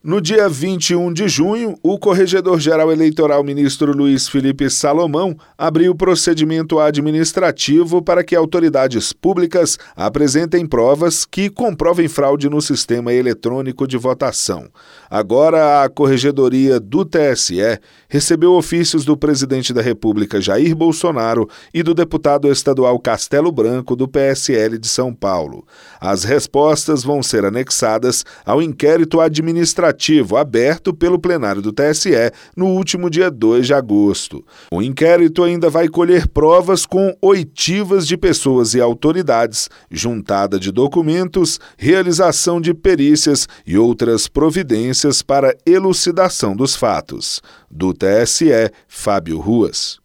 No dia 21 de junho, o Corregedor-Geral Eleitoral ministro Luiz Felipe Salomão abriu procedimento administrativo para que autoridades públicas apresentem provas que comprovem fraude no sistema eletrônico de votação. Agora, a Corregedoria do TSE recebeu ofícios do presidente da República, Jair Bolsonaro, e do deputado estadual Castelo Branco, do PSL de São Paulo. As respostas vão ser anexadas ao inquérito administrativo aberto pelo plenário do TSE no último dia 2 de agosto. O inquérito ainda vai colher provas com oitivas de pessoas e autoridades, juntada de documentos, realização de perícias e outras providências para elucidação dos fatos. Do TSE, Fábio Ruas.